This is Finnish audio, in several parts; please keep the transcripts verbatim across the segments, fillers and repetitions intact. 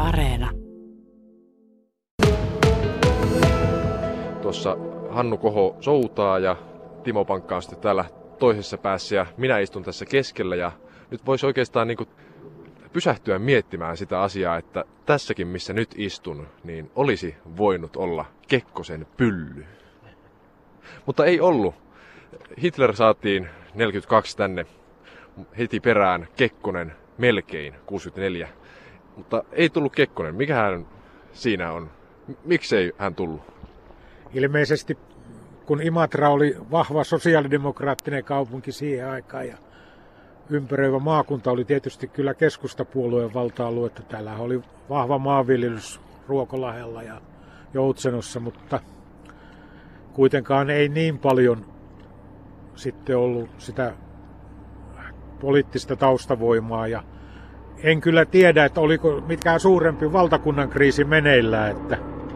Areena. Tuossa Hannu Koho soutaa ja Timo Pankka on sitten täällä toisessa päässä ja minä istun tässä keskellä. Ja nyt voisi oikeastaan niin kuin pysähtyä miettimään sitä asiaa, että tässäkin missä nyt istun, niin olisi voinut olla Kekkosen pylly. Mutta ei ollut. Hitler saatiin neljäkymmentäkaksi tänne, heti perään Kekkonen melkein kuusikymmentäneljä. Mutta ei tullut Kekkonen. Mikähän siinä on? Miksei hän tullut? Ilmeisesti kun Imatra oli vahva sosiaalidemokraattinen kaupunki siihen aikaan ja ympäröivä maakunta oli tietysti kyllä keskustapuolueen valta-aluetta. Täällä oli vahva maanviljelys Ruokolahella ja Joutsenossa, mutta kuitenkaan ei niin paljon sitten ollut sitä poliittista taustavoimaa. Ja en kyllä tiedä, että oliko mitkään suurempi valtakunnan kriisi meneillään, että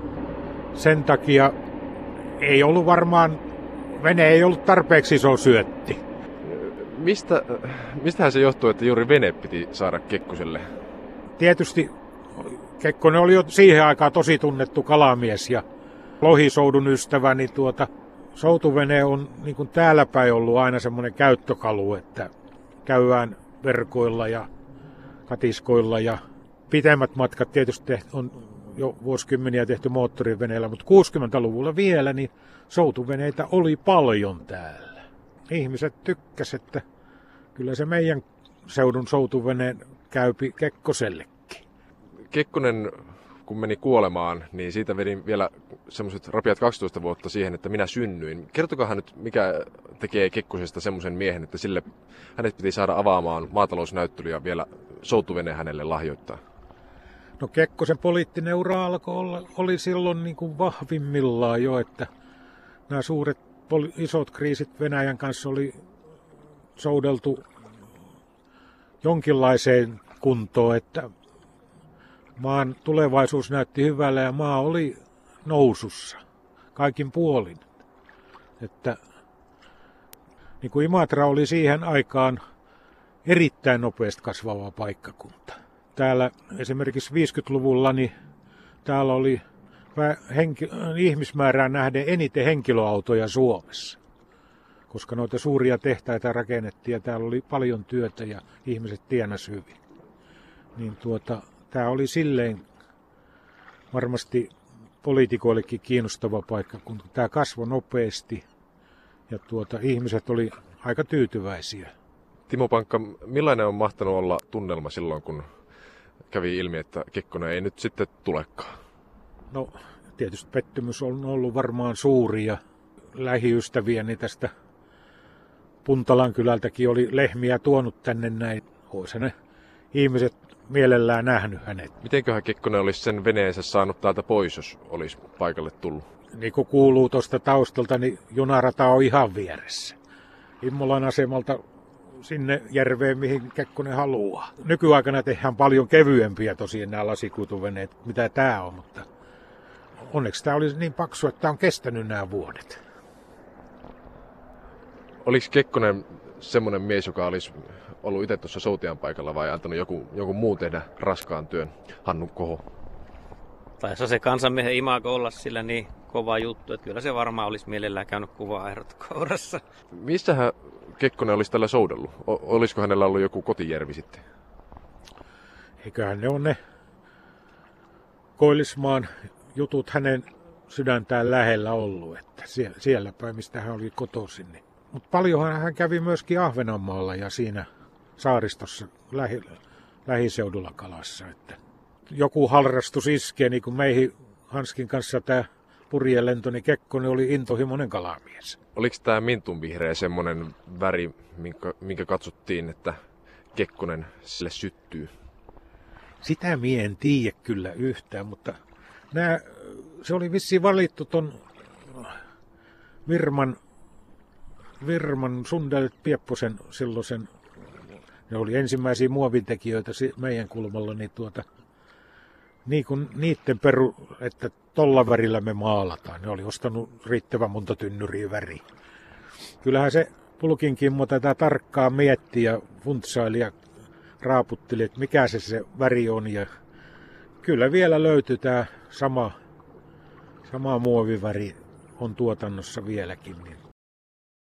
sen takia ei ollut varmaan, vene ei ollut tarpeeksi iso syötti. Mistä, mistähän se johtuu, että juuri vene piti saada Kekkoselle? Tietysti Kekkonen oli jo siihen aikaan tosi tunnettu kalamies ja lohisoudun ystävä, niin tuota, soutuvene on niin kuin täällä päin ollut aina semmoinen käyttökalu, että käydään verkoilla ja katiskoilla ja pitemmät matkat tietysti on jo vuosikymmeniä tehty moottoriveneellä, mutta kuusikymmentäluvulla vielä niin soutuveneitä oli paljon täällä. Ihmiset tykkäsivät, että kyllä se meidän seudun soutuveneen käypi Kekkosellekin. Kekkonen, kun meni kuolemaan, niin siitä vedin vielä semmoiset rapiat kaksitoista vuotta siihen, että minä synnyin. Kertokahan nyt, mikä tekee Kekkosesta semmoisen miehen, että sille hänet piti saada avaamaan maatalousnäyttely ja vielä soutuvene hänelle lahjoittaa. No Kekkosen poliittinen ura alkoi olla, oli silloin niin kuin vahvimmillaan jo, että nämä suuret poli- isot kriisit Venäjän kanssa oli soudeltu jonkinlaiseen kuntoon, että maan tulevaisuus näytti hyvällä ja maa oli nousussa kaikin puolin. Että niin kuin Imatra oli siihen aikaan erittäin nopeasti kasvava paikkakunta. Täällä esimerkiksi viisikymmentäluvulla niin täällä oli henki, ihmismäärään nähden eniten henkilöautoja Suomessa, koska noita suuria tehtaita rakennettiin ja täällä oli paljon työtä ja ihmiset tienasi hyvin. Niin tuota, tämä oli silleen varmasti poliitikoillekin kiinnostava paikka, kun tämä kasvoi nopeasti ja tuota, ihmiset oli aika tyytyväisiä. Timo Pankka, millainen on mahtanut olla tunnelma silloin, kun kävi ilmi, että Kekkonen ei nyt sitten tulekaan? No tietysti pettymys on ollut varmaan suuri ja lähiystäviäni tästä Puntalan kylältäkin oli lehmiä tuonut tänne näin. Olisi ne ihmiset mielellään nähnyt hänet. Mitenköhän Kekkonen olisi sen veneensä saanut täältä pois, jos olisi paikalle tullut? Niin kuin kuuluu tuosta taustalta, niin junarata on ihan vieressä. Immolan asemalta sinne järveen, mihin Kekkonen haluaa. Nykyaikana tehdään paljon kevyempiä tosiaan nämä lasikuituveneet, mitä tämä on, mutta onneksi tämä oli niin paksu, että tämä on kestänyt nämä vuodet. Oliko Kekkonen semmoinen mies, joka olisi ollut itse tuossa soutian paikalla vai antanut joku, joku muu tehdä raskaan työn? Hannu Koho. Taisi se kansanmiehen imago olla sillä niin kova juttu, että kyllä se varmaan olisi mielellään käynyt kuvaa-airot kourassa. Missähän Kekkonen olisi tällä soudellut? O- olisiko hänellä ollut joku kotijärvi sitten? Eiköhän ne on ne Koillismaan jutut hänen sydäntään lähellä ollut, että siellä, siellä päin, mistä hän oli kotoisin. Niin. Mutta paljonhan hän kävi myöskin Ahvenanmaalla ja siinä saaristossa lähi, lähiseudulla kalassa. Että joku harrastus iskee, niin kuin meihin Hanskin kanssa tämä purjelento, niin Kekkonen oli intohimoinen kalamies. Oliko tämä mintunvihreä semmoinen väri, minkä, minkä katsottiin, että Kekkonen sille syttyy? Sitä mie en tiedä kyllä yhtään, mutta nämä, se oli vissiin valittu ton Virman, Virman Sundel Piepposen silloisen, ne oli ensimmäisiä muovintekijöitä meidän kulmalla, niin tuota, niin kuin niiden peru, että tolla värillä me maalataan. Ne oli ostanut riittävän monta tynnyriä väriä. Kyllähän se Pulkin Kimmo tätä tarkkaan mietti ja funtsaili ja raaputteli, että mikä se se väri on. Ja kyllä vielä löytyy tämä sama, sama muoviväri on tuotannossa vieläkin. Niin